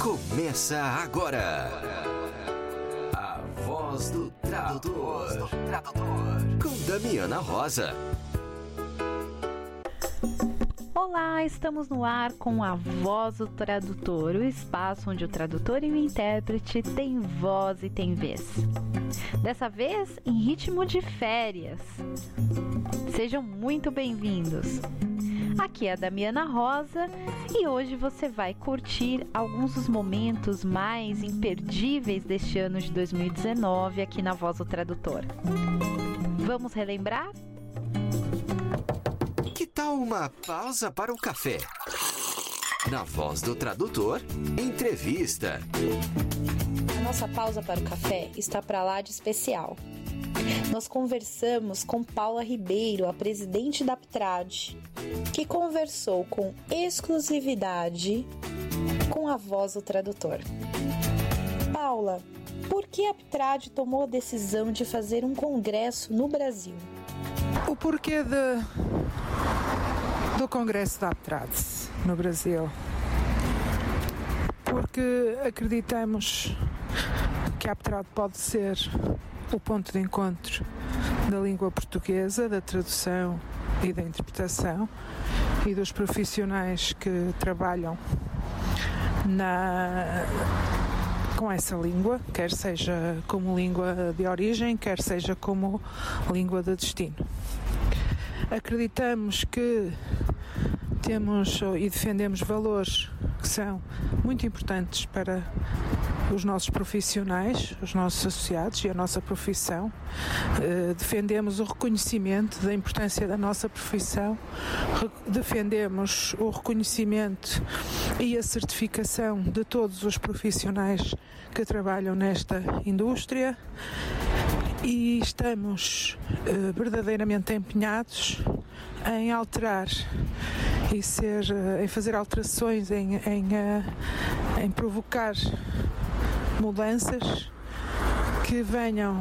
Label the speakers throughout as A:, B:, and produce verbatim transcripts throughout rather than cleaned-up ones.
A: Começa agora a Voz do Tradutor, com Damiana Rosa.
B: Olá, estamos no ar com a Voz do Tradutor, o espaço onde o tradutor e o intérprete têm voz e têm vez. Dessa vez em ritmo de férias. Sejam muito bem-vindos. Aqui é a Damiana Rosa e hoje você vai curtir alguns dos momentos mais imperdíveis deste ano de dois mil e dezenove aqui na Voz do Tradutor. Vamos relembrar?
A: Que tal uma pausa para o café? Na Voz do Tradutor, entrevista.
C: A nossa pausa para o café está para lá de especial. Nós conversamos com Paula Ribeiro, a presidente da Aptrad, que conversou com exclusividade com a Voz do Tradutor. Paula, por que a Aptrad tomou a decisão de fazer um congresso no Brasil?
D: O porquê de, do congresso da Aptrad no Brasil? Porque acreditamos que a Aptrad pode ser o ponto de encontro da língua portuguesa, da tradução e da interpretação e dos profissionais que trabalham na, com essa língua, quer seja como língua de origem, quer seja como língua de destino. Acreditamos que temos e defendemos valores que são muito importantes para os nossos profissionais, os nossos associados e a nossa profissão. Uh, defendemos o reconhecimento da importância da nossa profissão, Re- defendemos o reconhecimento e a certificação de todos os profissionais que trabalham nesta indústria e estamos uh, verdadeiramente empenhados em alterar e ser, uh, em fazer alterações, em, em, uh, em provocar mudanças que venham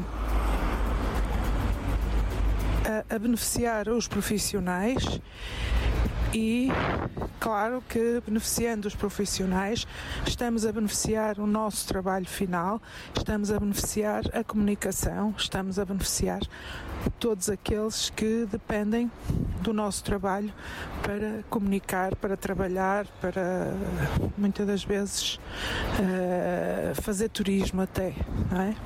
D: a, a beneficiar os profissionais e, claro que beneficiando os profissionais estamos a beneficiar o nosso trabalho final, estamos a beneficiar a comunicação, estamos a beneficiar todos aqueles que dependem do nosso trabalho para comunicar, para trabalhar, para muitas das vezes uh, fazer turismo até, não é?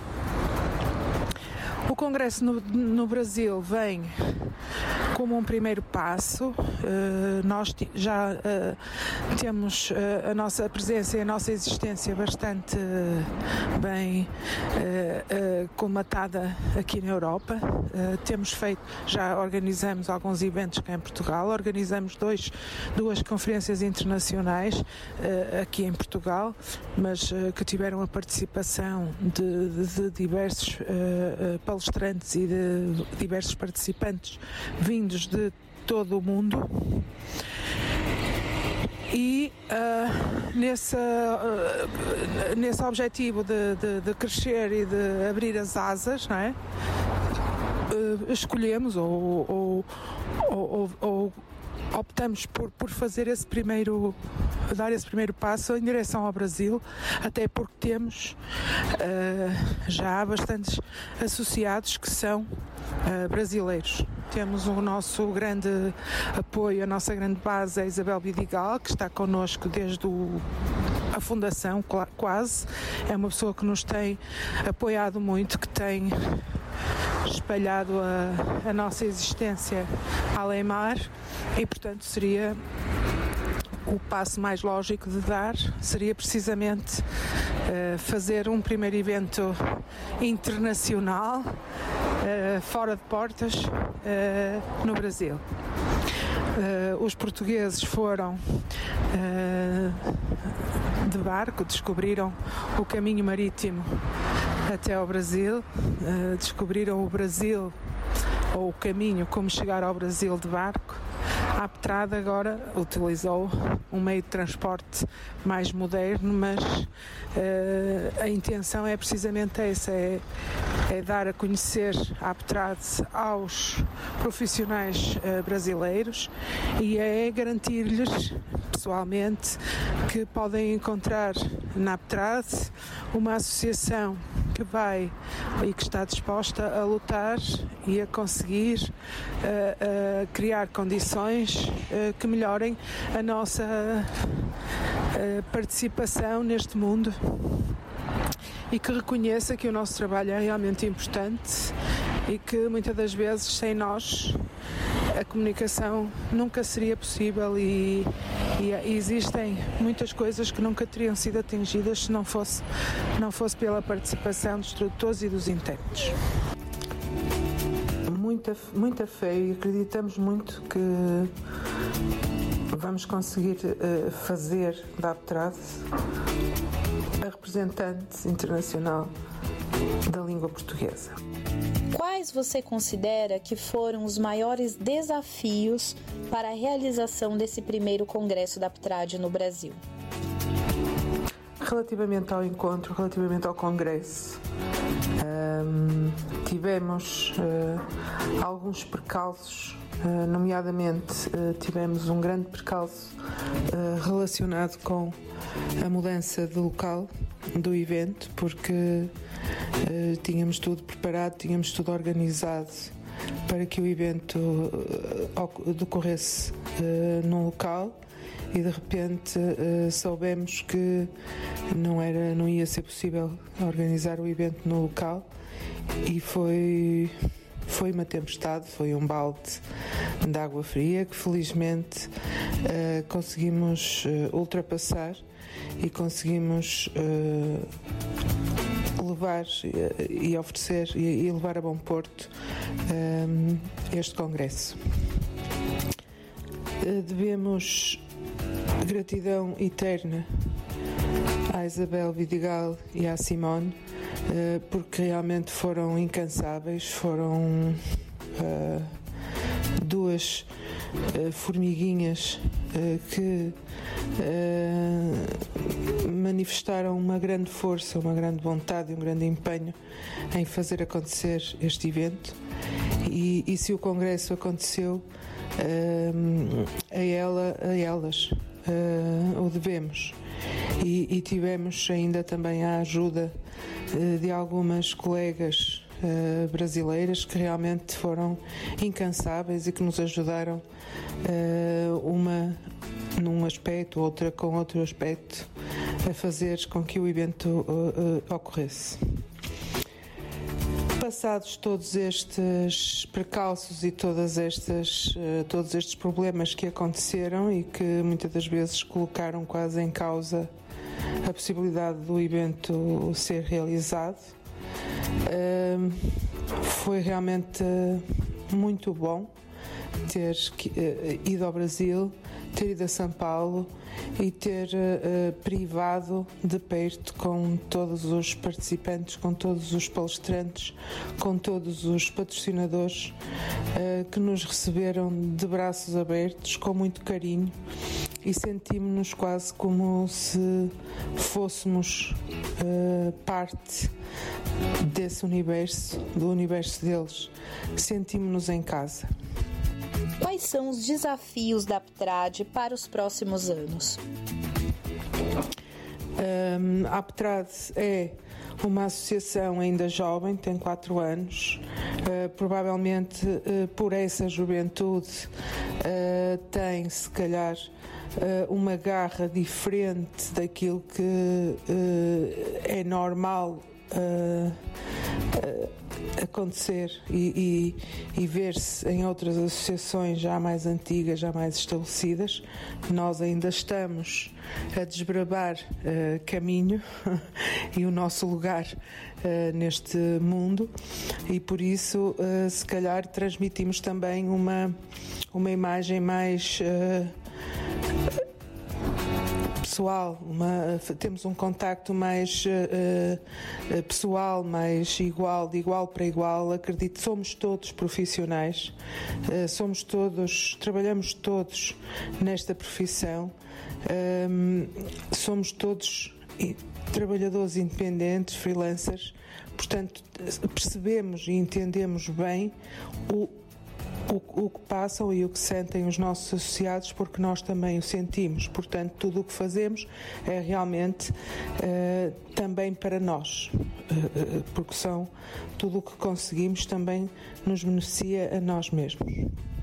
D: O Congresso no, no Brasil vem como um primeiro passo. Uh, nós t- já uh, temos uh, a nossa presença e a nossa existência bastante uh, bem uh, uh, colmatada aqui na Europa. Uh, temos feito, já organizamos alguns eventos cá em Portugal, organizamos dois, duas conferências internacionais uh, aqui em Portugal, mas uh, que tiveram a participação de, de, de diversos uh, uh, palestrantes e de diversos participantes vindos de todo o mundo. E uh, nesse, uh, nesse objetivo de, de, de crescer e de abrir as asas, não é? Uh, escolhemos ou, ou, ou, ou optamos por, por fazer esse primeiro, dar esse primeiro passo em direção ao Brasil, até porque temos uh, já bastantes associados que são uh, brasileiros. Temos o nosso grande apoio, a nossa grande base é a Isabel Vidigal, que está connosco desde o, a fundação, quase. É uma pessoa que nos tem apoiado muito, que tem espalhado a, a nossa existência além mar e, portanto, seria o passo mais lógico de dar, seria precisamente uh, fazer um primeiro evento internacional, uh, fora de portas, uh, no Brasil. Uh, os portugueses foram uh, de barco, descobriram o caminho marítimo até ao Brasil, uh, descobriram o Brasil, ou o caminho como chegar ao Brasil de barco. A Aptrad agora utilizou um meio de transporte mais moderno, mas uh, a intenção é precisamente essa, é, é dar a conhecer a Aptrad aos profissionais uh, brasileiros e é garantir-lhes pessoalmente que podem encontrar na Aptrad uma associação que vai e que está disposta a lutar e a conseguir uh, uh, criar condições uh, que melhorem a nossa uh, participação neste mundo e que reconheça que o nosso trabalho é realmente importante e que muitas das vezes sem nós a comunicação nunca seria possível e, e existem muitas coisas que nunca teriam sido atingidas se não fosse, não fosse pela participação dos tradutores e dos intérpretes. Muita, muita fé e acreditamos muito que vamos conseguir uh, fazer da Aptrad a representante internacional da língua portuguesa.
C: Quais você considera que foram os maiores desafios para a realização desse primeiro congresso da Aptrad no Brasil?
D: Relativamente ao encontro, relativamente ao congresso, um, tivemos uh, alguns percalços, uh, nomeadamente uh, tivemos um grande percalço uh, relacionado com a mudança de local do evento, porque uh, tínhamos tudo preparado, tínhamos tudo organizado para que o evento uh, decorresse uh, num local e de repente uh, soubemos que não era, não ia ser possível organizar o evento no local e foi foi uma tempestade, foi um balde de água fria que felizmente uh, conseguimos uh, ultrapassar e conseguimos uh, levar e oferecer e levar a bom porto um, este congresso. Devemos gratidão eterna à Isabel Vidigal e à Simone porque realmente foram incansáveis, foram uh, duas uh, formiguinhas uh, que uh, manifestaram uma grande força, uma grande vontade e um grande empenho em fazer acontecer este evento e, e se o congresso aconteceu uh, a, ela, a elas uh, o devemos e, e tivemos ainda também a ajuda uh, de algumas colegas Uh, brasileiras que realmente foram incansáveis e que nos ajudaram uh, uma num aspecto, outra com outro aspecto a fazer com que o evento uh, uh, ocorresse. Passados todos estes percalços e todas estas, uh, todos estes problemas que aconteceram e que muitas das vezes colocaram quase em causa a possibilidade do evento ser realizado, Uh, foi realmente uh, muito bom ter uh, ido ao Brasil, ter ido a São Paulo e ter uh, privado de perto com todos os participantes, com todos os palestrantes, com todos os patrocinadores uh, que nos receberam de braços abertos, com muito carinho e sentimos-nos quase como se fôssemos uh, parte desse universo, do universo deles. Sentimos-nos em casa.
C: Quais são os desafios da Aptrad para os próximos anos?
D: Um, a Aptrad é uma associação ainda jovem, tem quatro anos. Uh, provavelmente uh, por essa juventude uh, tem se calhar uh, uma garra diferente daquilo que uh, é normal uh, uh, acontecer e, e, e ver-se em outras associações já mais antigas, já mais estabelecidas. Nós ainda estamos a desbravar uh, caminho e o nosso lugar uh, neste mundo e por isso uh, se calhar transmitimos também uma, uma imagem mais uh, pessoal, uma, temos um contacto mais uh, uh, pessoal, mais igual, de igual para igual. Acredito, somos todos profissionais, uh, somos todos, trabalhamos todos nesta profissão, um, somos todos trabalhadores independentes, freelancers, portanto percebemos e entendemos bem o O, o que passam e o que sentem os nossos associados, porque nós também o sentimos. Portanto, tudo o que fazemos é realmente uh, também para nós, uh, porque são tudo o que conseguimos também nos beneficia a nós mesmos.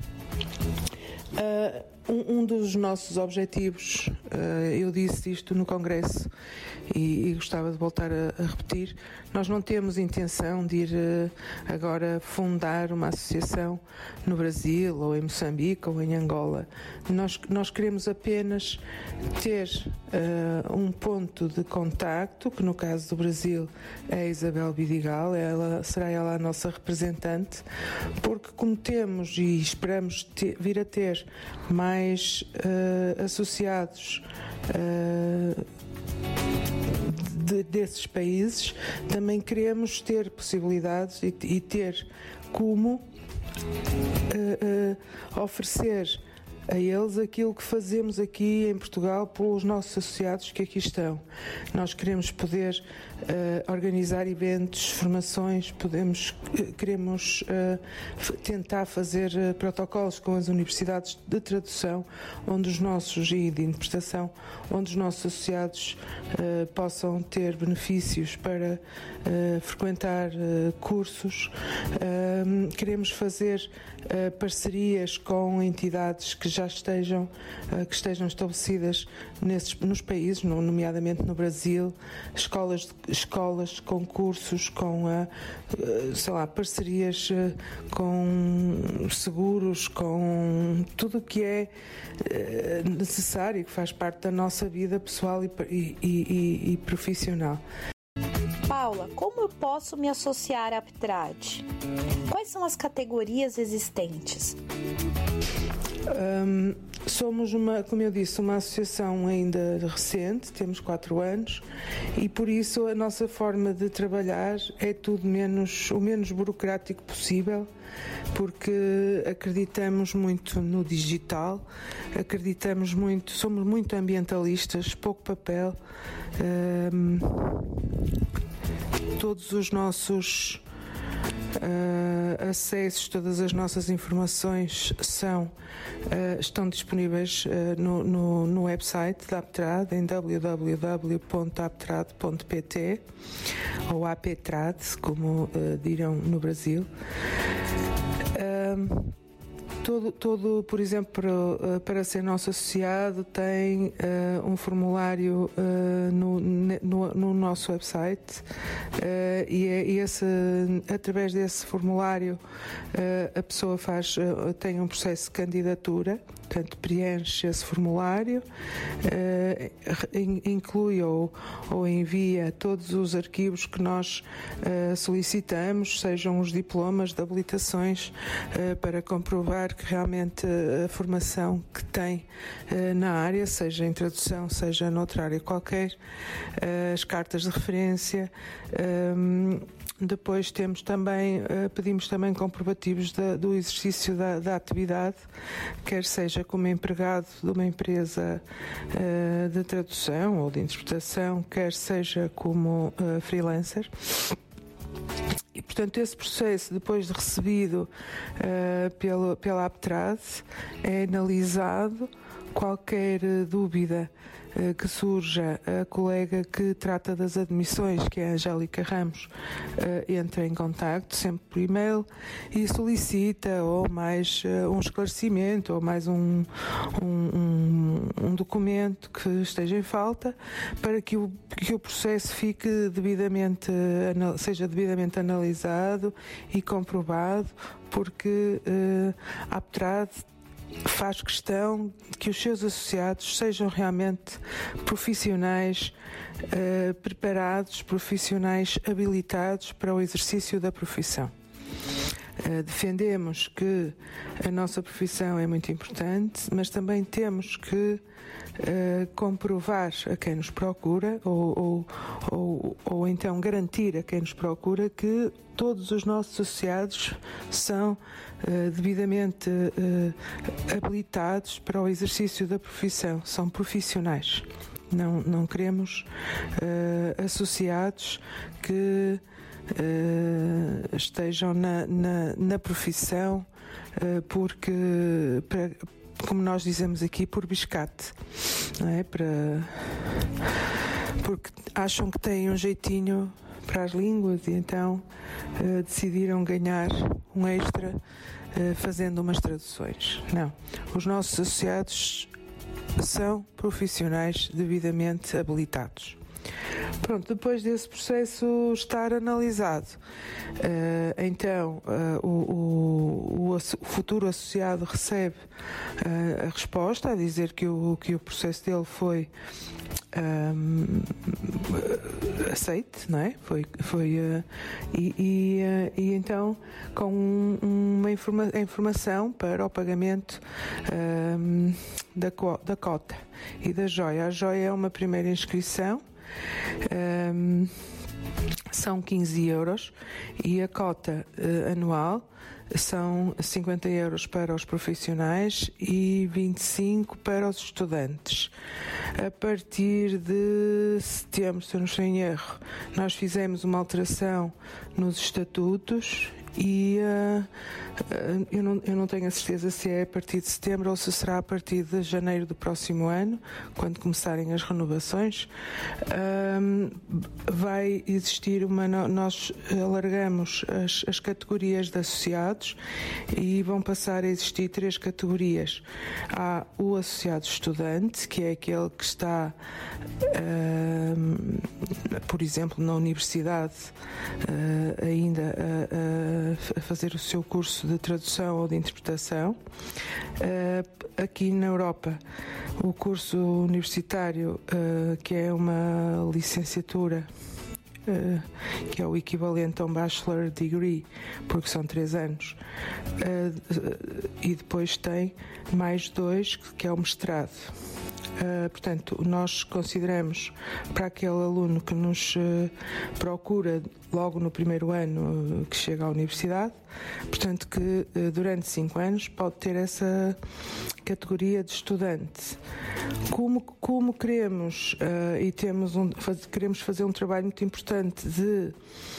D: Uh, um, um dos nossos objetivos, uh, eu disse isto no Congresso e, e gostava de voltar a, a repetir, nós não temos intenção de ir uh, agora fundar uma associação no Brasil ou em Moçambique ou em Angola. Nós, nós queremos apenas ter uh, um ponto de contacto, que no caso do Brasil é a Isabel Vidigal, ela, será ela a nossa representante, porque como temos e esperamos ter, vir a ter mais uh, associados uh, de, desses países, também queremos ter possibilidades e, e ter como uh, uh, oferecer a eles aquilo que fazemos aqui em Portugal pelos nossos associados que aqui estão. Nós queremos poder uh, organizar eventos, formações, podemos, uh, queremos uh, tentar fazer uh, protocolos com as universidades de tradução, onde os nossos e de interpretação, onde os nossos associados uh, possam ter benefícios para uh, frequentar uh, cursos. Uh, queremos fazer uh, parcerias com entidades que já estejam, que estejam estabelecidas nesses, nos países, nomeadamente no Brasil, escolas, escolas com cursos, com sei lá, parcerias com seguros, com tudo o que é necessário, que faz parte da nossa vida pessoal e, e, e, e profissional.
C: Paula, como eu posso me associar à Aptrad? Quais são as categorias existentes?
D: Um, somos uma, como eu disse, uma associação ainda recente, temos quatro anos e por isso a nossa forma de trabalhar é tudo menos, o menos burocrático possível, porque acreditamos muito no digital, acreditamos muito, somos muito ambientalistas, pouco papel, um, todos os nossos Uh, acessos, todas as nossas informações são, uh, estão disponíveis uh, no, no, no website da Aptrad, em w w w ponto aptrad ponto p t ou Aptrad, como uh, dirão no Brasil. Uh, Todo, todo, por exemplo, para ser nosso associado tem uh, um formulário uh, no, no, no nosso website uh, e, é, e esse, através desse formulário uh, a pessoa faz, uh, tem um processo de candidatura, portanto preenche esse formulário, uh, inclui ou, ou envia todos os arquivos que nós uh, solicitamos, sejam os diplomas de habilitações, uh, para comprovar que realmente a formação que tem uh, na área, seja em tradução, seja noutra área qualquer, uh, as cartas de referência. Um, depois temos também, uh, pedimos também comprovativos da, do exercício da, da atividade, quer seja como empregado de uma empresa uh, de tradução ou de interpretação, quer seja como uh, freelancer. E, portanto, esse processo, depois de recebido uh, pelo, pela Aptrad, é analisado. Qualquer dúvida uh, que surja, a colega que trata das admissões, que é a Angélica Ramos, uh, entra em contacto, sempre por e-mail, e solicita ou mais uh, um esclarecimento ou mais um, um, um, um documento que esteja em falta para que o, que o processo fique devidamente, seja devidamente analisado e comprovado, porque uh, a Aptrad faz questão que os seus associados sejam realmente profissionais uh, preparados, profissionais habilitados para o exercício da profissão. Uh, defendemos que a nossa profissão é muito importante, mas também temos que Uh, comprovar a quem nos procura ou, ou, ou, ou então garantir a quem nos procura que todos os nossos associados são uh, devidamente uh, habilitados para o exercício da profissão, são profissionais. Não, não queremos uh, associados que uh, estejam na, na, na profissão uh, porque para, como nós dizemos aqui, por biscate, não é? Para... porque acham que têm um jeitinho para as línguas e então uh, decidiram ganhar um extra uh, fazendo umas traduções. Não, os nossos associados são profissionais devidamente habilitados. Pronto, depois desse processo estar analisado, uh, então uh, o, o, o futuro associado recebe uh, a resposta a dizer que o, que o processo dele foi um, aceite, não é? Foi, foi, uh, e, e, uh, e então com um, uma informa- informação para o pagamento um, da, co- da cota e da joia. A joia é uma primeira inscrição. Um, são quinze euros e a cota uh, anual são cinquenta euros para os profissionais e vinte e cinco para os estudantes. A partir de setembro, se eu não estou em erro, nós fizemos uma alteração nos estatutos e uh, uh, eu, não, eu não tenho a certeza se é a partir de setembro ou se será a partir de janeiro do próximo ano, quando começarem as renovações. Um, vai existir uma... Nós alargamos as, as categorias de associados e vão passar a existir três categorias. Há o associado estudante, que é aquele que está, um, por exemplo, na universidade, uh, ainda a, a a fazer o seu curso de tradução ou de interpretação. Uh, aqui na Europa, o curso universitário, uh, que é uma licenciatura, uh, que é o equivalente a um bachelor degree, porque são três anos, uh, e depois tem mais dois, que é o mestrado. Uh, portanto, nós consideramos para aquele aluno que nos uh, procura logo no primeiro ano uh, que chega à universidade, portanto que uh, durante cinco anos pode ter essa categoria de estudante. Como, como queremos uh, e temos um, faz, queremos fazer um trabalho muito importante de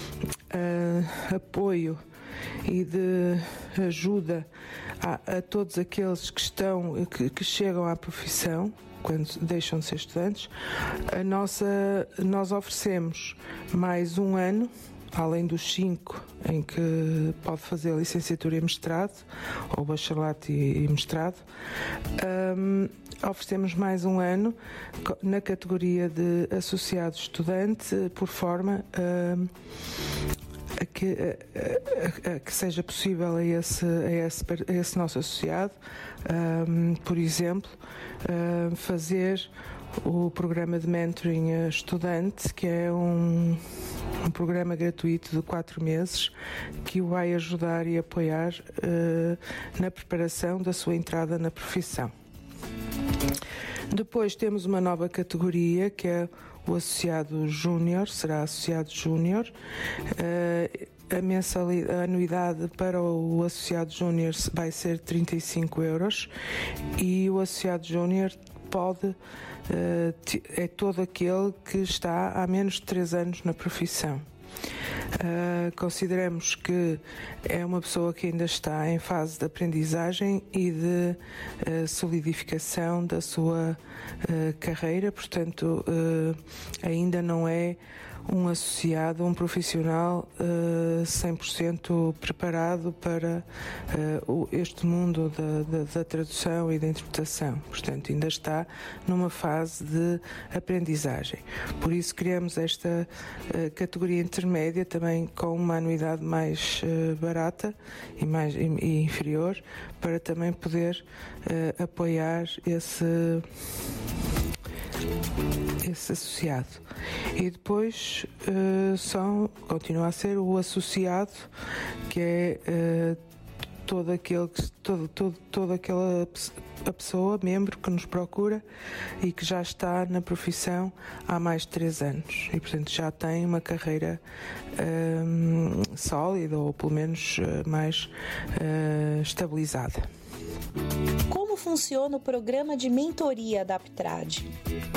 D: uh, apoio e de ajuda a, a todos aqueles que estão que, que chegam à profissão quando deixam de ser estudantes, a nossa, nós oferecemos mais um ano, além dos cinco em que pode fazer licenciatura e mestrado, ou bacharelato e, e mestrado, um, oferecemos mais um ano na categoria de associado estudante, por forma um, A que, a, a, a que seja possível a esse, a esse, a esse nosso associado, um, por exemplo, um, fazer o programa de mentoring estudante, que é um, um programa gratuito de quatro meses que o vai ajudar e apoiar uh, na preparação da sua entrada na profissão. Depois temos uma nova categoria, que é o associado júnior, será associado júnior. Uh, a, mensalidade, a anuidade para o associado júnior vai ser trinta e cinco euros e o associado júnior pode, uh, é todo aquele que está há menos de três anos na profissão. Uh, consideramos que é uma pessoa que ainda está em fase de aprendizagem e de uh, solidificação da sua uh, carreira, portanto uh, ainda não é um associado, um profissional uh, cem por cento preparado para uh, o, este mundo da, da, da tradução e da interpretação. Portanto, ainda está numa fase de aprendizagem. Por isso criamos esta uh, categoria intermédia, também com uma anuidade mais uh, barata e, mais, e, e inferior, para também poder uh, apoiar esse esse associado. E depois uh, são, continua a ser o associado, que é uh, todo aquele, todo, todo, toda aquela a pessoa, membro que nos procura e que já está na profissão há mais de três anos e, portanto, já tem uma carreira um, sólida ou pelo menos uh, mais uh, estabilizada.
C: Como funciona o programa de mentoria da Aptrad?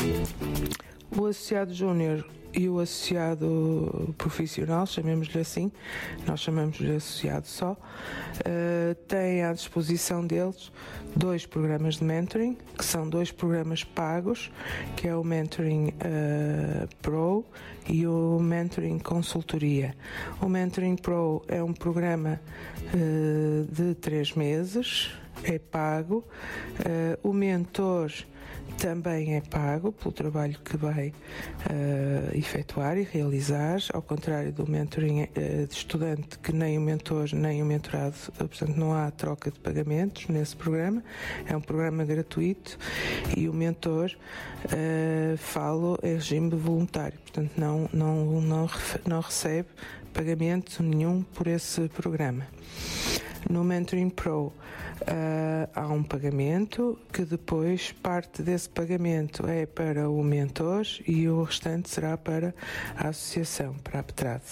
D: O associado júnior e o associado profissional, chamemos-lhe assim, nós chamamos-lhe associado só, uh, têm à disposição deles dois programas de mentoring, que são dois programas pagos, que é o Mentoring uh, Pro e o Mentoring Consultoria. O Mentoring Pro é um programa uh, de três meses, é pago, uh, o mentor também é pago pelo trabalho que vai uh, efetuar e realizar, ao contrário do mentoring uh, de estudante, que nem o mentor nem o mentorado, uh, portanto não há troca de pagamentos nesse programa, é um programa gratuito e o mentor uh, falo em regime voluntário, portanto não, não, não, não recebe pagamento nenhum por esse programa. No Mentoring Pro Uh, há um pagamento que depois parte desse pagamento é para o mentor e o restante será para a associação, para a Aptrad.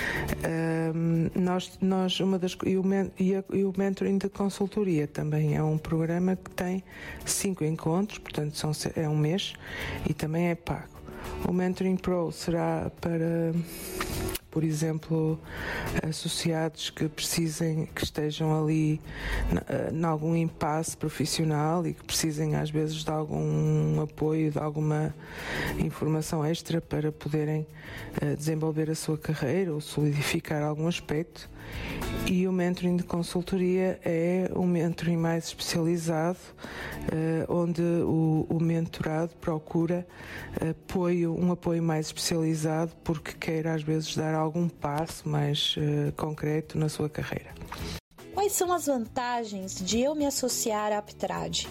D: Uh, nós, nós, uma das, e, o, e, a, e o Mentoring de Consultoria também é um programa que tem cinco encontros, portanto são, é um mês e também é pago. O Mentoring Pro será para, por exemplo, associados que precisem, que estejam ali em algum impasse profissional e que precisem às vezes de algum apoio, de alguma informação extra para poderem uh, desenvolver a sua carreira ou solidificar algum aspecto. E o mentoring de consultoria é um mentoring mais especializado, uh, onde o, o mentorado procura apoio, um apoio mais especializado porque quer às vezes dar algum passo mais uh, concreto na sua carreira.
C: Quais são as vantagens de eu me associar à Aptrad?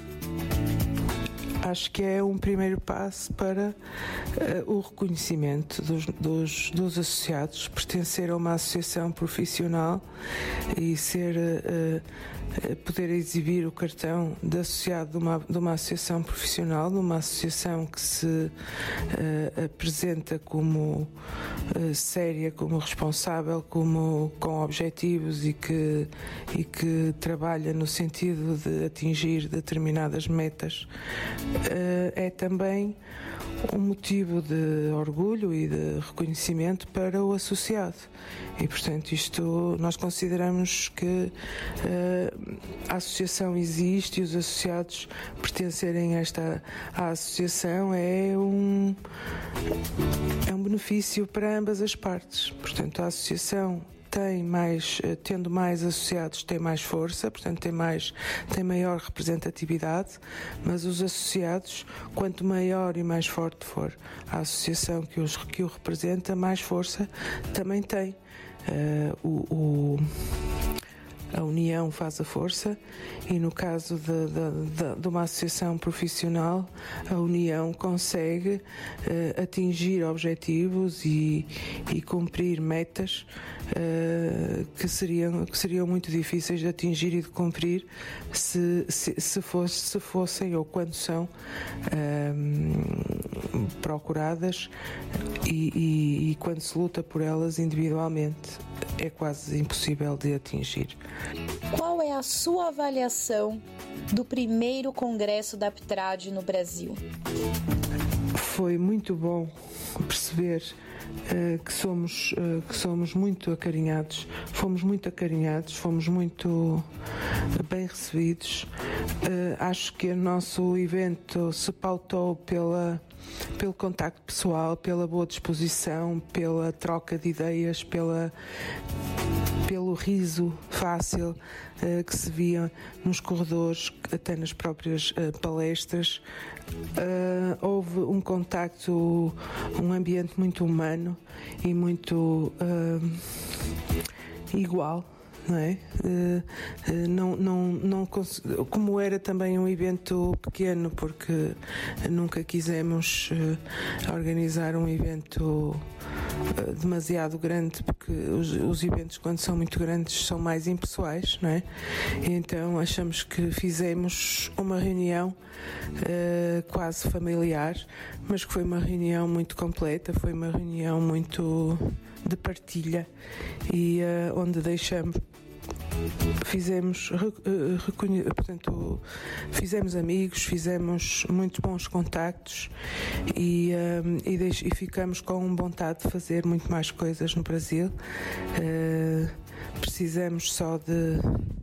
D: Acho que é um primeiro passo para uh, o reconhecimento dos, dos, dos associados, pertencer a uma associação profissional e ser, uh, uh, poder exibir o cartão de associado de uma, de uma associação profissional, de uma associação que se uh, apresenta como uh, séria, como responsável, como, com objetivos e que, e que trabalha no sentido de atingir determinadas metas. É também um motivo de orgulho e de reconhecimento para o associado e, portanto, isto nós consideramos que uh, a associação existe e os associados pertencerem a esta à associação é um, é um benefício para ambas as partes. Portanto, a associação tem mais, tendo mais associados, tem mais força, portanto tem, mais, tem maior representatividade, mas os associados, quanto maior e mais forte for a associação que, os, que o representa, mais força também tem. Uh, o, o A união faz a força e no caso de, de, de, de uma associação profissional, a união consegue uh, atingir objetivos e, e cumprir metas uh, que, seriam, que seriam muito difíceis de atingir e de cumprir se, se, se, fosse, se fossem ou quando são uh, procuradas e, e, e quando se luta por elas individualmente. É quase impossível de atingir.
C: Qual é a sua avaliação do primeiro congresso da Aptrad no Brasil?
D: Foi muito bom perceber uh, que, somos, uh, que somos muito acarinhados, fomos muito acarinhados, fomos muito bem recebidos. Uh, acho que o nosso evento se pautou pela pelo contacto pessoal, pela boa disposição, pela troca de ideias, pela, pelo riso fácil uh, que se via nos corredores, até nas próprias uh, palestras. Uh, houve um contacto, um ambiente muito humano e muito uh, igual. não é? Uh, uh, não, não, não, como era também um evento pequeno, porque nunca quisemos uh, organizar um evento uh, demasiado grande, porque os, os eventos, quando são muito grandes, são mais impessoais, não é? E então achamos que fizemos uma reunião uh, quase familiar, mas que foi uma reunião muito completa, foi uma reunião muito de partilha e uh, onde deixamos fizemos reconhe... portanto fizemos amigos, fizemos muitos bons contactos e, um, e, deix... e ficamos com vontade de fazer muito mais coisas no Brasil. Uh, precisamos só de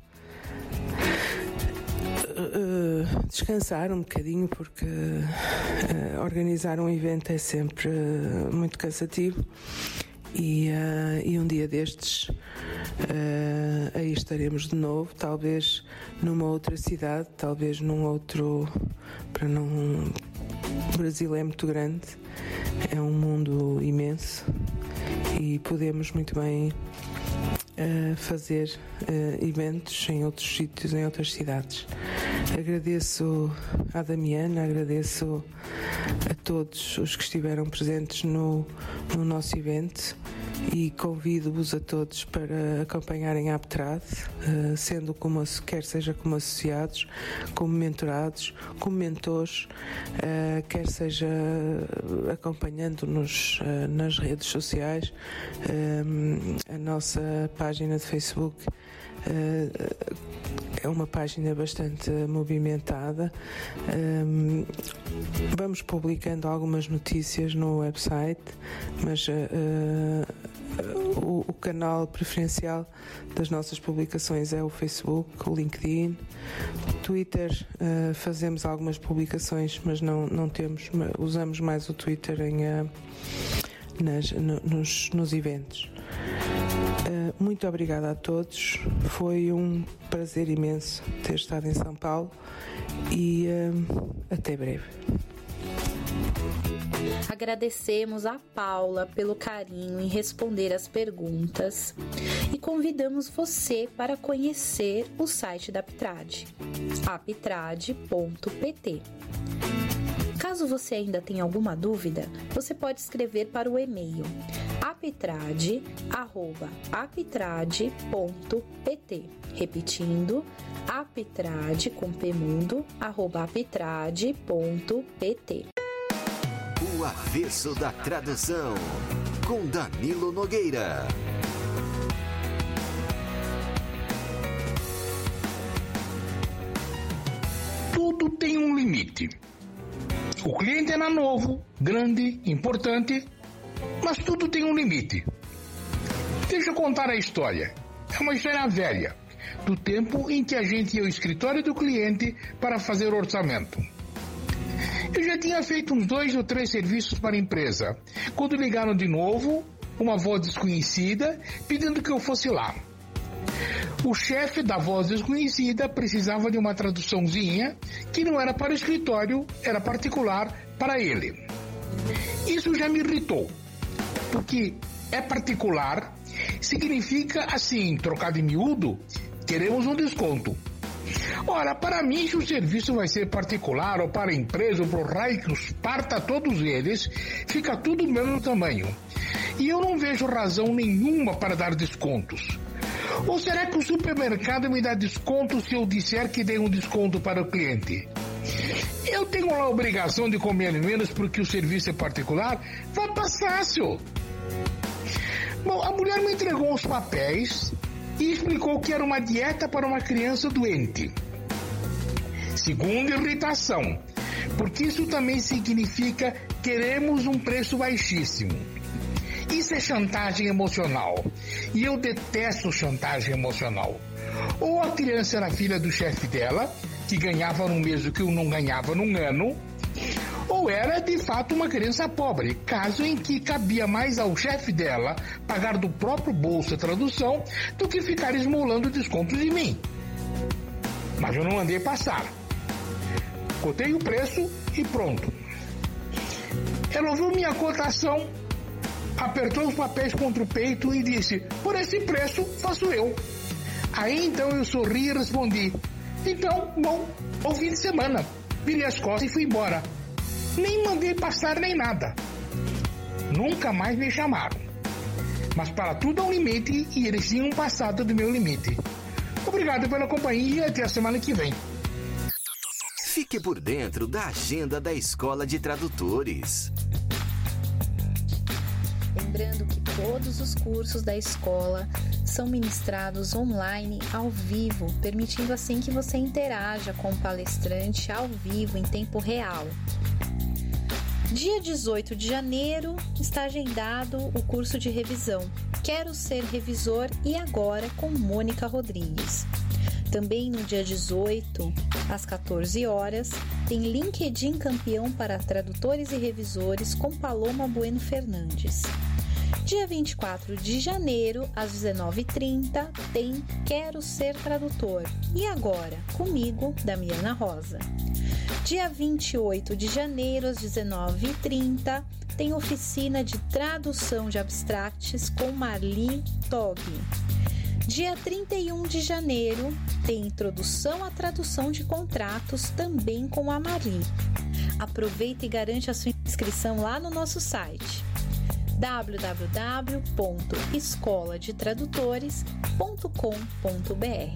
D: uh, descansar um bocadinho, porque uh, organizar um evento é sempre uh, muito cansativo. E, uh, e um dia destes uh, aí estaremos de novo, talvez numa outra cidade, talvez num outro, para não, o Brasil é muito grande, é um mundo imenso e podemos muito bem uh, fazer uh, eventos em outros sítios, em outras cidades. Agradeço à Damiana, agradeço a todos os que estiveram presentes no, no nosso evento e convido-vos a todos para acompanharem a Aptrad, uh, sendo como, quer seja como associados, como mentorados, como mentores, uh, quer seja acompanhando-nos uh, nas redes sociais, uh, a nossa página de Facebook uh, é uma página bastante movimentada. Um, vamos publicando algumas notícias no website, mas uh, uh, o, o canal preferencial das nossas publicações é o Facebook, o LinkedIn, Twitter. Uh, fazemos algumas publicações, mas não, não temos, usamos mais o Twitter em, uh, nas, no, nos, nos eventos. Uh, muito obrigada a todos, foi um prazer imenso ter estado em São Paulo e uh, até breve.
C: Agradecemos a Paula pelo carinho em responder as perguntas e convidamos você para conhecer o site da Aptrad, aptrad ponto p t. Caso você ainda tenha alguma dúvida, você pode escrever para o e-mail aptrad arroba aptrad ponto p t. Repetindo, aptrad com pmundo arroba aptrad ponto p t.
A: O avesso da tradução, com Danilo Nogueira.
E: Tudo tem um limite. O cliente era novo, grande, importante, mas tudo tem um limite. Deixa eu contar a história. É uma história velha, do tempo em que a gente ia ao escritório do cliente para fazer orçamento. Eu já tinha feito uns dois ou três serviços para a empresa, quando ligaram de novo, uma voz desconhecida, pedindo que eu fosse lá. O chefe da voz desconhecida precisava de uma traduçãozinha que não era para o escritório, era particular para ele. Isso já me irritou, porque é particular significa assim, trocado em miúdo, queremos um desconto. Ora, para mim, se o serviço vai ser particular ou para a empresa ou para o raio que os parta todos eles, fica tudo do mesmo tamanho. E eu não vejo razão nenhuma para dar descontos. Ou será que o supermercado me dá desconto se eu disser que dei um desconto para o cliente? Eu tenho a obrigação de comer menos porque o serviço é particular? Vai passar, senhor. Bom, a mulher me entregou os papéis e explicou que era uma dieta para uma criança doente. Segunda irritação, porque isso também significa queremos um preço baixíssimo. Isso é chantagem emocional, e eu detesto chantagem emocional. Ou a criança era filha do chefe dela, que ganhava num mês o que eu não ganhava num ano, ou era de fato uma criança pobre, caso em que cabia mais ao chefe dela pagar do próprio bolso a tradução do que ficar esmolando descontos em mim. Mas eu não mandei passar. Cotei o preço e pronto. Ela ouviu minha cotação, apertou os papéis contra o peito e disse: por esse preço faço eu. Aí então eu sorri e respondi: então, bom, ao fim de semana. Virei as costas e fui embora. Nem mandei passar nem nada. Nunca mais me chamaram. Mas para tudo há um limite e eles tinham passado do meu limite. Obrigado pela companhia e até a semana que vem.
A: Fique por dentro da agenda da Escola de Tradutores.
C: Lembrando que todos os cursos da escola são ministrados online, ao vivo, permitindo assim que você interaja com o palestrante ao vivo, em tempo real. Dia dezoito de janeiro está agendado o curso de revisão Quero Ser Revisor e Agora com Mônica Rodrigues. Também no dia dezoito, às quatorze horas, tem LinkedIn Campeão para Tradutores e Revisores com Paloma Bueno Fernandes. Dia vinte e quatro de janeiro, às dezenove e trinta, tem Quero Ser Tradutor e Agora, comigo, Damiana Rosa. Dia vinte e oito de janeiro, às dezenove e trinta, tem oficina de tradução de abstracts com Marli Tog. Dia trinta e um de janeiro, tem introdução à tradução de contratos também com a Marli. Aproveita e garante a sua inscrição lá no nosso site w w w ponto escola de tradutores ponto com ponto b r.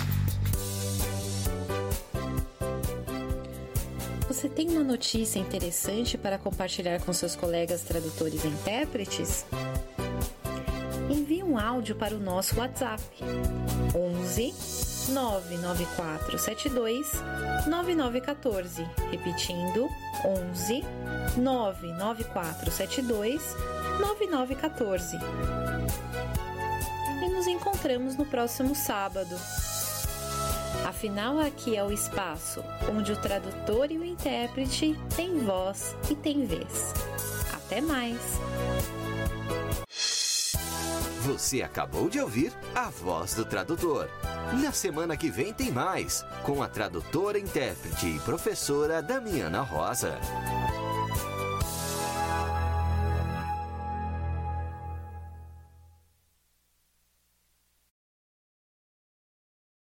C: Você tem uma notícia interessante para compartilhar com seus colegas tradutores e intérpretes? Envie um áudio para o nosso WhatsApp onze nove nove quatro sete dois nove nove um quatro, repetindo onze nove nove quatro sete dois nove nove um quatro. E nos encontramos no próximo sábado. Afinal, aqui é o espaço onde o tradutor e o intérprete têm voz e têm vez. Até mais!
A: Você acabou de ouvir A Voz do Tradutor. Na semana que vem tem mais, com a tradutora, intérprete e professora Damiana Rosa.